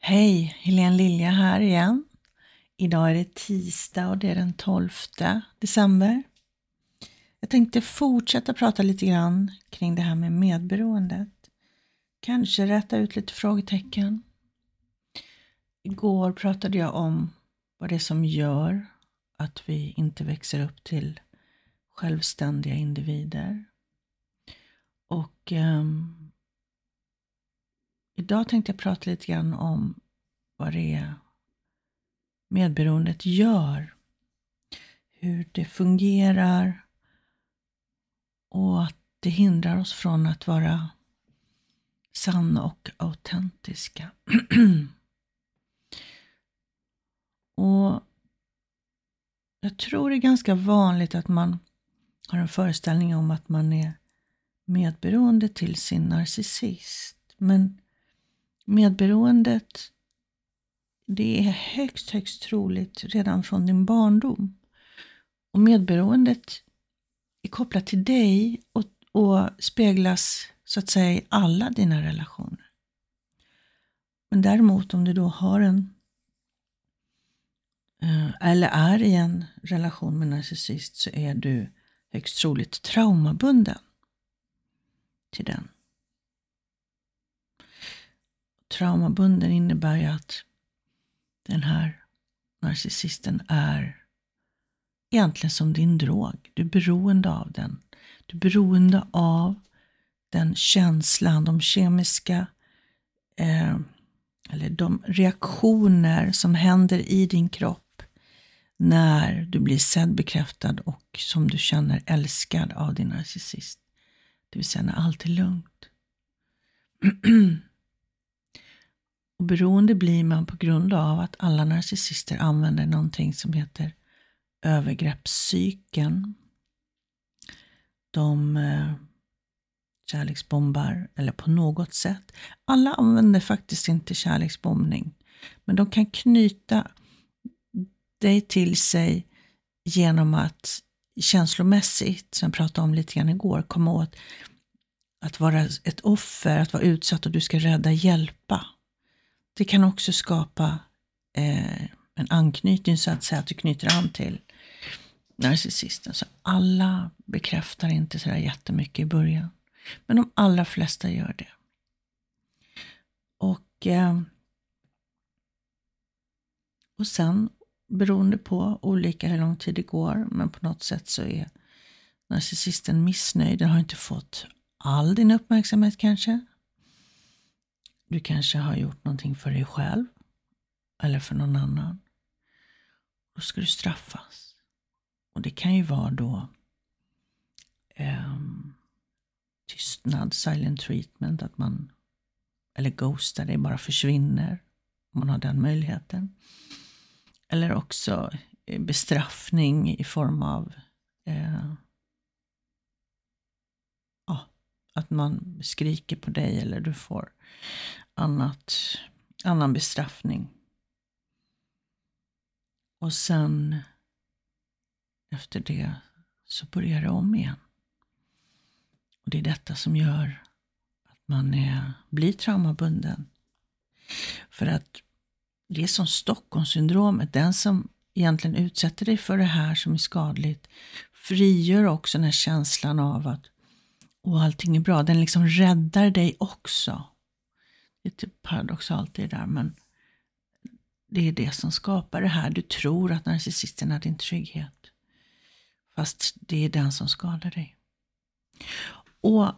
Hej, Helene Lilja här igen. Idag är det tisdag och det är den 12 december. Jag tänkte fortsätta prata lite grann kring det här med medberoendet. Kanske rätta ut lite frågetecken. Igår pratade jag om vad det är som gör att vi inte växer upp till självständiga individer. Och idag tänkte jag prata lite grann om vad det är medberoendet gör. Hur det fungerar och att det hindrar oss från att vara sanna och autentiska. Och jag tror det är ganska vanligt att man har en föreställning om att man är medberoende till sin narcissist. Men medberoendet, det är högst troligt redan från din barndom. Och medberoendet är kopplat till dig och speglas så att säga i alla dina relationer. Men däremot om du då har eller är i en relation med narcissist, så är du högst troligt traumabunden till den. Traumabunden innebär ju att den här narcissisten är egentligen som din drog. Du är beroende av den. Du är beroende av den känslan, de kemiska eller de reaktioner som händer i din kropp när du blir sedd, bekräftad och som du känner älskad av din narcissist. Det vill säga när allt är lugnt. Och beroende blir man på grund av att alla narcissister använder någonting som heter övergreppscykeln. De kärleksbombar eller på något sätt. Alla använder faktiskt inte kärleksbombning. Men de kan knyta dig till sig genom att känslomässigt, som jag pratade om lite grann igår, komma åt att vara ett offer, att vara utsatt och du ska rädda, hjälpa. Det kan också skapa en anknytning, så att säga, att du knyter an till narcissisten. Så alla bekräftar inte så där jättemycket i början. Men de allra flesta gör det. Och sen, beroende på olika hur lång tid det går, men på något sätt så är narcissisten missnöjd. Den har inte fått all din uppmärksamhet kanske. Du kanske har gjort någonting för dig själv eller för någon annan. Då ska du straffas. Och det kan ju vara då tystnad, silent treatment, att man eller ghostar dig, bara försvinner om man har den möjligheten. Eller också bestraffning i form av att man skriker på dig eller du får annan bestraffning. Och sen efter det så börjar det om igen. Och det är detta som gör att man blir traumabunden. För att det är som Stockholmssyndromet. Den som egentligen utsätter dig för det här som är skadligt frigör också den här känslan av att allting är bra. Den liksom räddar dig också. Det är typ paradoxalt det där, men det är det som skapar det här. Du tror att narcissisten är din trygghet. Fast det är den som skadar dig. Och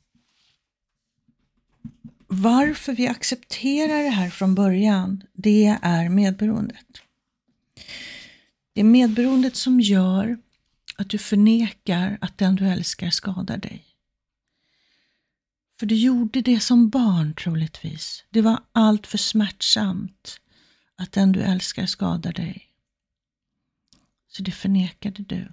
varför vi accepterar det här från början, det är medberoendet. Det är medberoendet som gör att du förnekar att den du älskar skadar dig. För du gjorde det som barn troligtvis. Det var allt för smärtsamt att den du älskar skadar dig. Så det förnekade du.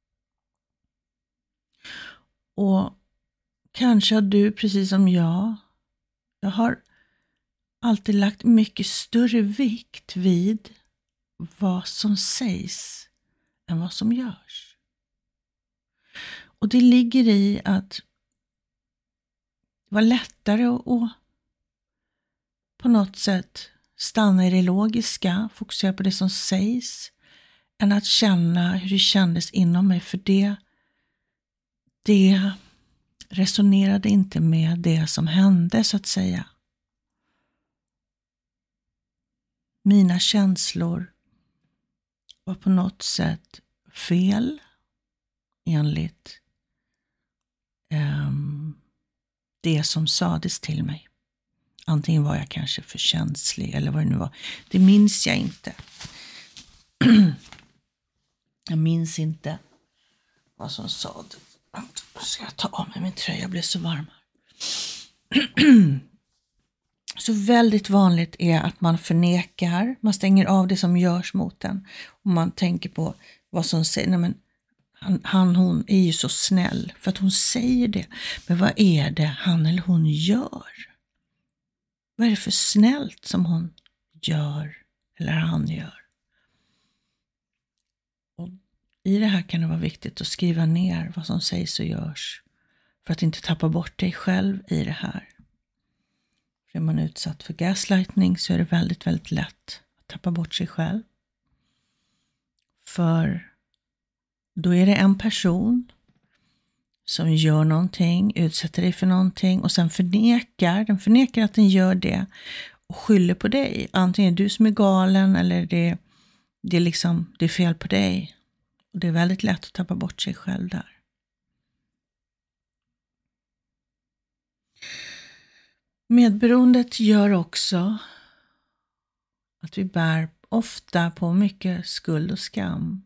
Och kanske har du, precis som jag har alltid lagt mycket större vikt vid vad som sägs än vad som görs. Och det ligger i att det var lättare att på något sätt stanna i det logiska, fokusera på det som sägs, än att känna hur det kändes inom mig, för det resonerade inte med det som hände, så att säga. Mina känslor var på något sätt fel enligt det som sades till mig. Antingen var jag kanske för känslig eller vad det nu var. Det minns jag inte. Jag minns inte vad som sades. Ska jag ta av mig min tröja? Jag blev så varm. Så väldigt vanligt är att man förnekar. Man stänger av det som görs mot en. Och man tänker på vad som säger. Nej, men hon är ju så snäll för att hon säger det. Men vad är det han eller hon gör? Vad är det för snällt som hon gör eller han gör? Och i det här kan det vara viktigt att skriva ner vad som sägs och görs. För att inte tappa bort dig själv i det här. För är man utsatt för gaslightning så är det väldigt, väldigt lätt att tappa bort sig själv. För då är det en person som gör någonting, utsätter dig för någonting och sen förnekar att den gör det och skyller på dig. Antingen är du som är galen eller det är fel på dig. Och det är väldigt lätt att tappa bort sig själv där. Medberoendet gör också att vi bär ofta på mycket skuld och skam.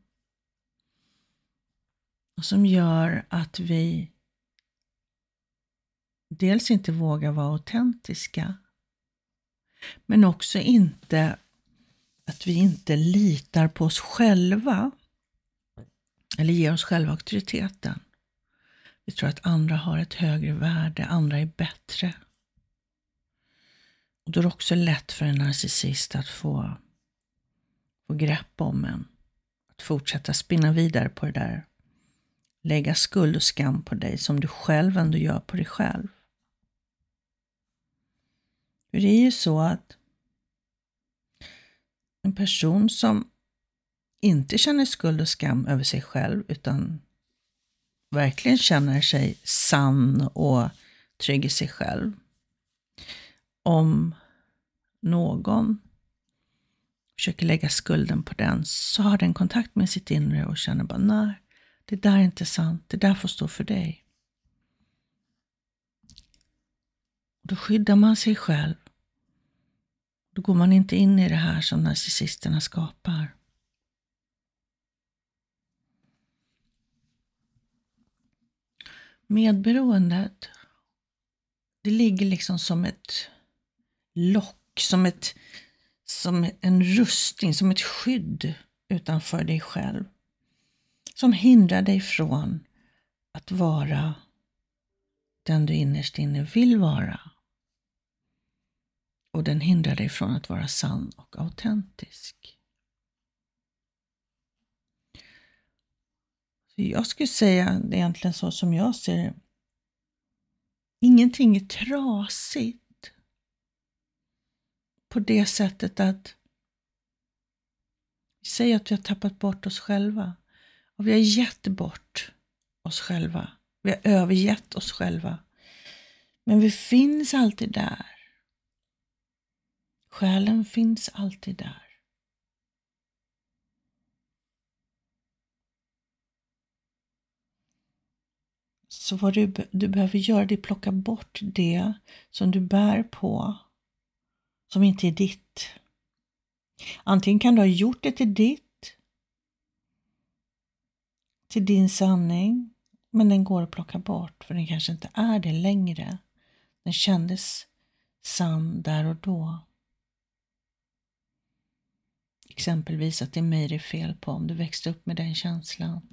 Och som gör att vi dels inte vågar vara autentiska. Men också att vi inte litar på oss själva. Eller ger oss själva auktoriteten. Vi tror att andra har ett högre värde, andra är bättre. Och då är det också lätt för en narcissist att få grepp om en. Att fortsätta spinna vidare på det där. Lägga skuld och skam på dig som du själv ändå gör på dig själv. För det är ju så att en person som inte känner skuld och skam över sig själv utan verkligen känner sig sann och trygg i sig själv. Om någon försöker lägga skulden på den så har den kontakt med sitt inre och känner bara nej, det där är inte sant, det där får stå för dig. Då skyddar man sig själv. Då går man inte in i det här som narcissisterna skapar. Medberoendet, det ligger liksom som ett lock, som en rustning, som ett skydd utanför dig själv. Som hindrar dig från att vara den du innerst inne vill vara. Och den hindrar dig från att vara sann och autentisk. Så jag skulle säga, det är egentligen så som jag ser det. Ingenting är trasigt på det sättet att vi säger att vi har tappat bort oss själva. Och vi har gett bort oss själva. Vi har övergett oss själva. Men vi finns alltid där. Själen finns alltid där. Så vad du behöver göra är att plocka bort det som du bär på. Som inte är ditt. Antingen kan du ha gjort det till ditt. Till din sanning. Men den går att plocka bort. För den kanske inte är det längre. Den kändes sann där och då. Exempelvis att det är mig det är fel på. Om du växte upp med den känslan.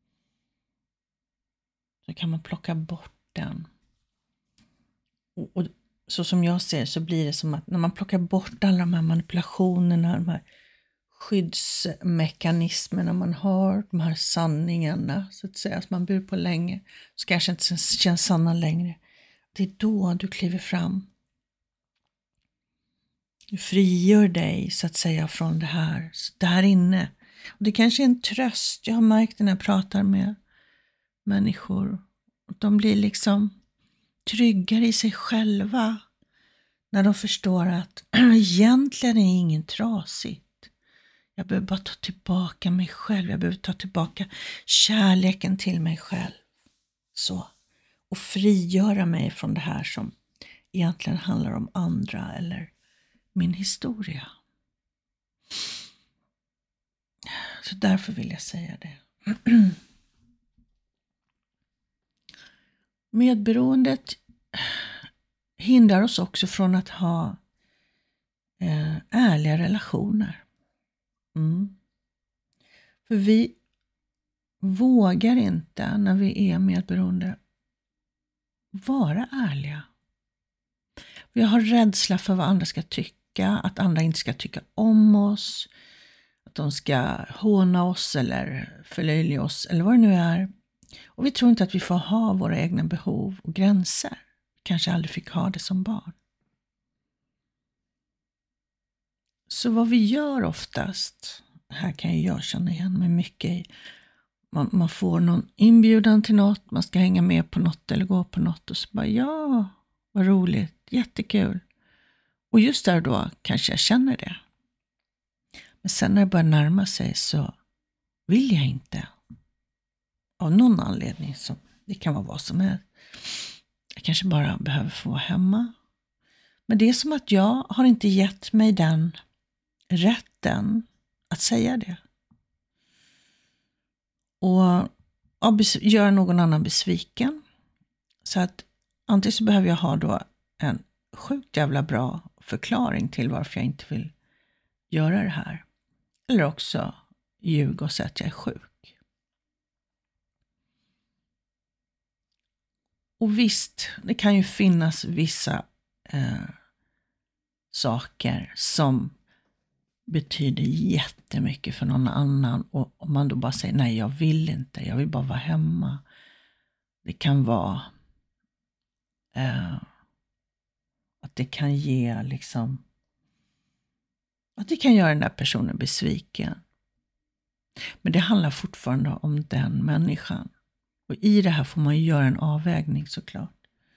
Så kan man plocka bort den. Och så som jag ser så blir det som att när man plockar bort alla de här manipulationerna, de här skyddsmekanismerna man har, de här sanningarna så att säga, som man bor på länge, så kanske inte känns sanna längre. Det är då du kliver fram. Du frigör dig så att säga från det här där inne. Och det kanske är en tröst. Jag har märkt när jag pratar med människor. Att de blir liksom tryggare i sig själva. När de förstår att egentligen är ingen trasigt. Jag behöver bara ta tillbaka mig själv. Jag behöver ta tillbaka kärleken till mig själv. Så. Och frigöra mig från det här som egentligen handlar om andra eller min historia. Så därför vill jag säga det. Medberoendet hindrar oss också från att ha ärliga relationer. För vi vågar inte när vi är medberoende vara ärliga. Vi har rädsla för vad andra ska tycka, att andra inte ska tycka om oss, att de ska håna oss eller förlöjliga oss eller vad det nu är. Och vi tror inte att vi får ha våra egna behov och gränser. Vi kanske aldrig fick ha det som barn. Så vad vi gör oftast, här kan jag känna igen mig mycket i, man får någon inbjudan till något, man ska hänga med på något eller gå på något och så bara ja, vad roligt, jättekul. Och just där då kanske jag känner det. Men sen när det börjar närma sig så vill jag inte. Av någon anledning, som det kan vara vad som helst. Jag kanske bara behöver få vara hemma. Men det är som att jag har inte gett mig den rätten att säga det. Och göra någon annan besviken. Så att antingen så behöver jag ha då en sjukt jävla bra förklaring till varför jag inte vill göra det här. Eller också ljuga och säga att jag är sjuk. Och visst, det kan ju finnas vissa saker som betyder jättemycket för någon annan. Och om man då bara säger nej, jag vill inte, jag vill bara vara hemma. Det kan vara att det kan ge liksom, att det kan göra den där personen besviken. Men det handlar fortfarande om den människan. Och i det här får man ju göra en avvägning såklart.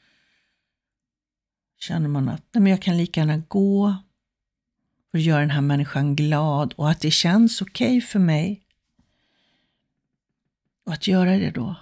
Känner man att nej, men jag kan lika gärna gå och göra den här människan glad och att det känns okej för mig. Och att göra det då.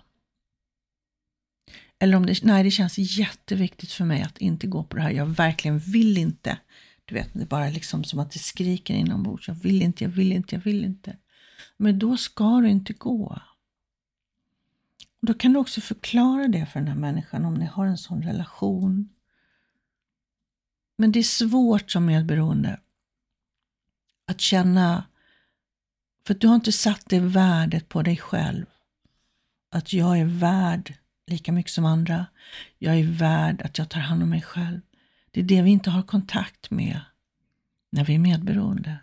Eller om det känns jätteviktigt för mig att inte gå på det här. Jag verkligen vill inte. Du vet, det är bara liksom som att det skriker inombords. Jag vill inte, jag vill inte, jag vill inte. Men då ska du inte gå. Och då kan du också förklara det för den här människan om ni har en sån relation. Men det är svårt som medberoende att känna, för att du har inte satt det värdet på dig själv. Att jag är värd lika mycket som andra. Jag är värd att jag tar hand om mig själv. Det är det vi inte har kontakt med när vi är medberoende.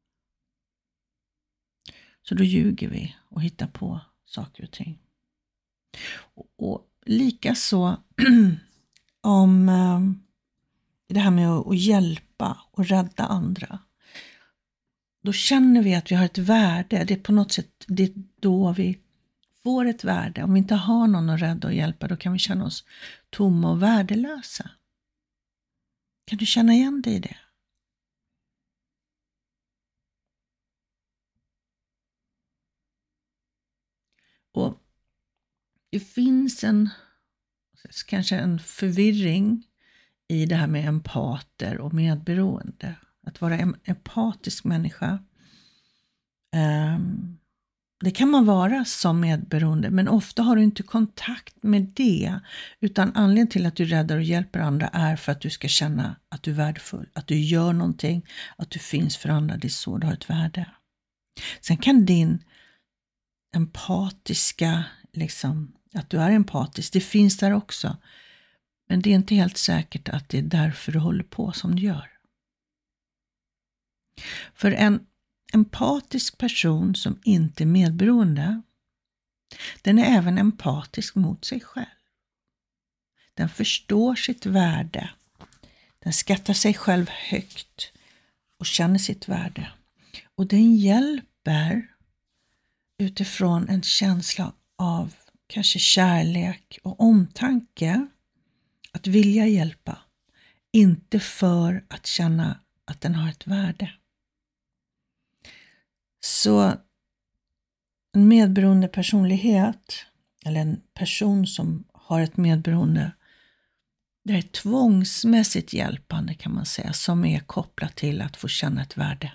Så då ljuger vi och hittar på saker och ting. Och likaså om det här med att hjälpa och rädda andra. Då känner vi att vi har ett värde. Det är på något sätt, det är då vi får ett värde. Om vi inte har någon att rädda och hjälpa, då kan vi känna oss tomma och värdelösa. Kan du känna igen dig i det? Och det finns kanske en förvirring i det här med empater och medberoende. Att vara en empatisk människa. Det kan man vara som medberoende, men ofta har du inte kontakt med det. Utan anledningen till att du räddar och hjälper andra är för att du ska känna att du är värdefull. Att du gör någonting, att du finns för andra. Det är så du har ett värde. Sen kan din empatiska, liksom, att du är empatisk, det finns där också. Men det är inte helt säkert att det är därför du håller på som du gör. För en empatisk person som inte är medberoende, den är även empatisk mot sig själv. Den förstår sitt värde. Den skattar sig själv högt. och känner sitt värde. Och den hjälper utifrån en känsla av kanske kärlek och omtanke att vilja hjälpa. Inte för att känna att den har ett värde. Så en medberoende personlighet eller en person som har ett medberoende, det är tvångsmässigt hjälpande kan man säga, som är kopplat till att få känna ett värde.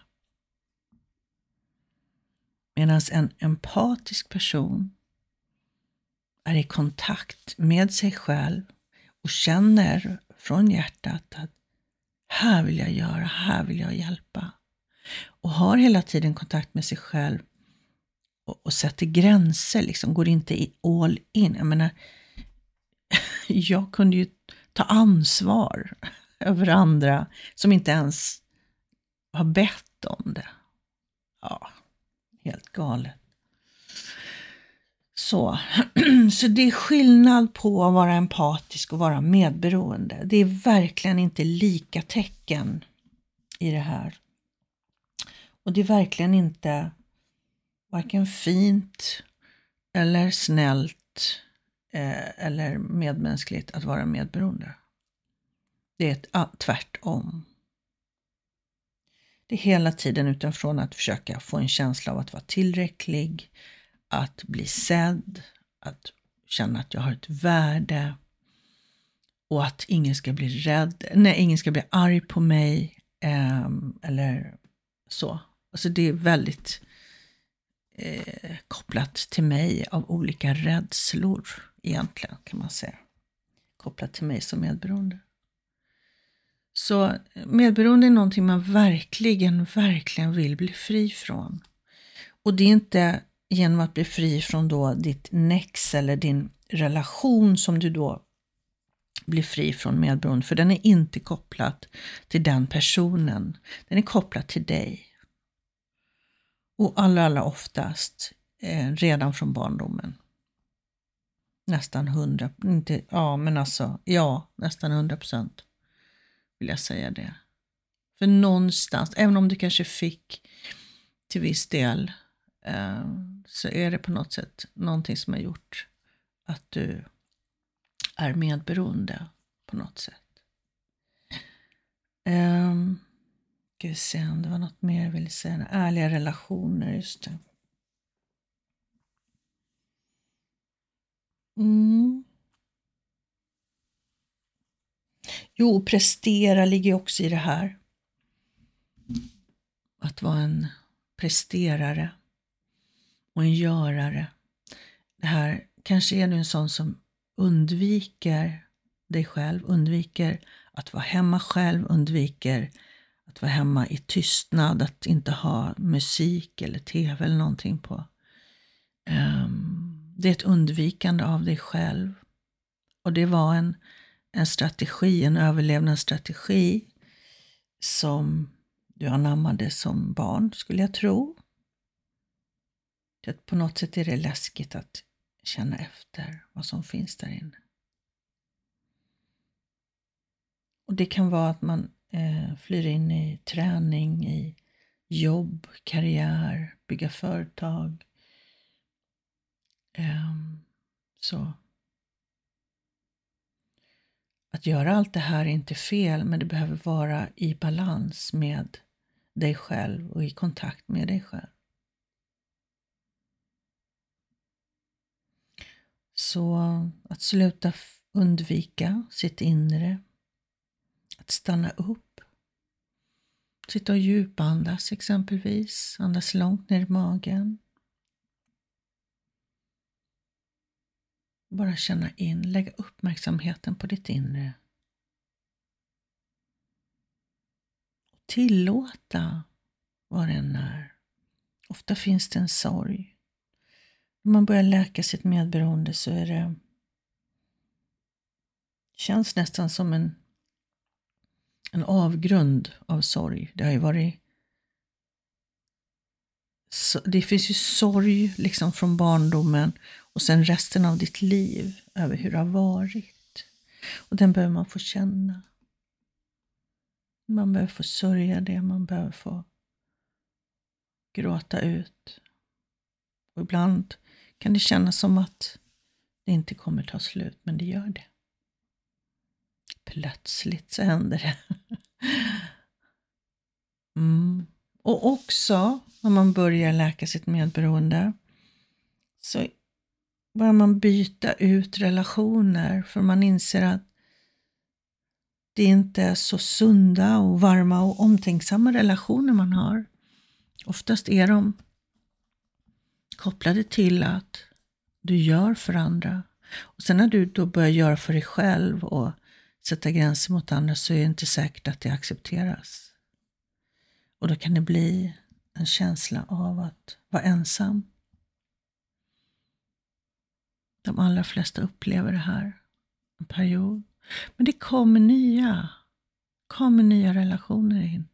Medan en empatisk person är i kontakt med sig själv och känner från hjärtat att här vill jag göra, här vill jag hjälpa. Och har hela tiden kontakt med sig själv och sätter gränser, liksom går inte i all in. Jag menar, jag kunde ju ta ansvar över andra som inte ens har bett om det. Ja, helt galet. Så det är skillnad på att vara empatisk och vara medberoende. Det är verkligen inte lika tecken i det här. Och det är verkligen inte varken fint eller snällt eller medmänskligt att vara medberoende. Det är tvärtom. Det är hela tiden utifrån att försöka få en känsla av att vara tillräcklig, att bli sedd, att känna att jag har ett värde och att ingen ska bli rädd, ingen ska bli arg på mig eller så. Alltså det är väldigt kopplat till mig av olika rädslor egentligen kan man säga. Kopplat till mig som medberoende. Så medberoende är någonting man verkligen vill bli fri från. Och det är inte genom att bli fri från då ditt nex eller din relation som du då blir fri från medberoende. För den är inte kopplad till den personen. Den är kopplad till dig. Och allra oftast redan från barndomen. Nästan 100%. Vill jag säga det. För någonstans, även om du kanske fick till viss del, så är det på något sätt någonting som har gjort att du är medberoende på något sätt. Ska vi se om det var något mer jag ville säga. Ärliga relationer, just det. Jo, prestera ligger också i det här. Att vara en presterare och en görare. Det här kanske är du en sån som undviker dig själv, undviker att vara hemma själv, undviker att vara hemma i tystnad, att inte ha musik eller tv eller någonting på. Det är ett undvikande av dig själv. Och det var en strategi, en överlevnadsstrategi som du anammade som barn, skulle jag tro. På något sätt är det läskigt att känna efter vad som finns där inne. Och det kan vara att man flyr in i träning, i jobb, karriär, bygga företag. Så. Att göra allt det här är inte fel, men det behöver vara i balans med dig själv och i kontakt med dig själv. Så att sluta undvika sitt inre. Att stanna upp. Sitta och djupandas exempelvis. Andas långt ner i magen. Bara känna in, lägga uppmärksamheten på ditt inre. Tillåta vad det än är. Ofta finns det en sorg. När man börjar läka sitt medberoende så är det känns nästan som en avgrund av sorg. Det har ju varit det finns ju sorg liksom från barndomen och sen resten av ditt liv över hur det har varit. Och den behöver man få känna. Man behöver få sörja det, man behöver få gråta ut. Och ibland kan det kännas som att det inte kommer ta slut, men det gör det. Plötsligt så händer det. Och också när man börjar läka sitt medberoende så börjar man byta ut relationer, för man inser att det inte är så sunda och varma och omtänksamma relationer man har. Oftast är de kopplade till att du gör för andra. Och sen när du då börjar göra för dig själv och sätta gränser mot andra, så är det inte säkert att det accepteras. Och då kan det bli en känsla av att vara ensam. De allra flesta upplever det här en period. Men det kommer nya relationer in.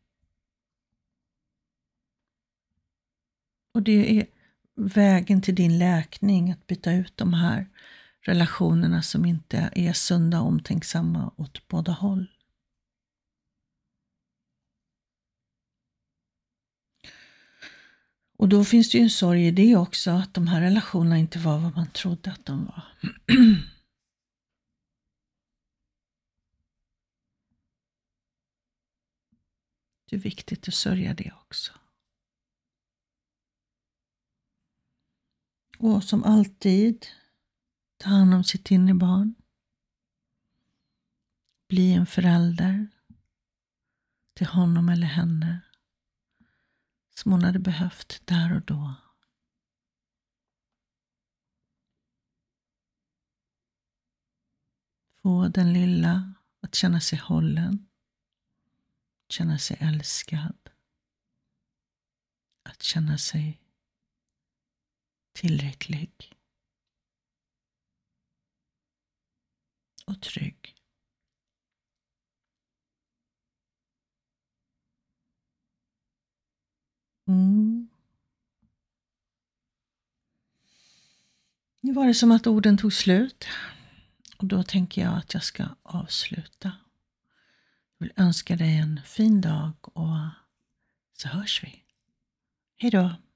Och det är vägen till din läkning, att byta ut de här relationerna som inte är sunda och omtänksamma åt båda håll. Och då finns det ju en sorg i det också, att de här relationerna inte var vad man trodde att de var. Det är viktigt att sörja det också. Och som alltid, ta hand om sitt inre barn. Bli en förälder till honom eller henne som hon hade behövt där och då. Få den lilla att känna sig hållen, känna sig älskad, att känna sig tillräcklig och trygg. Nu var det som att orden tog slut. Och då tänker jag att jag ska avsluta. Jag vill önska dig en fin dag och så hörs vi. Hej då!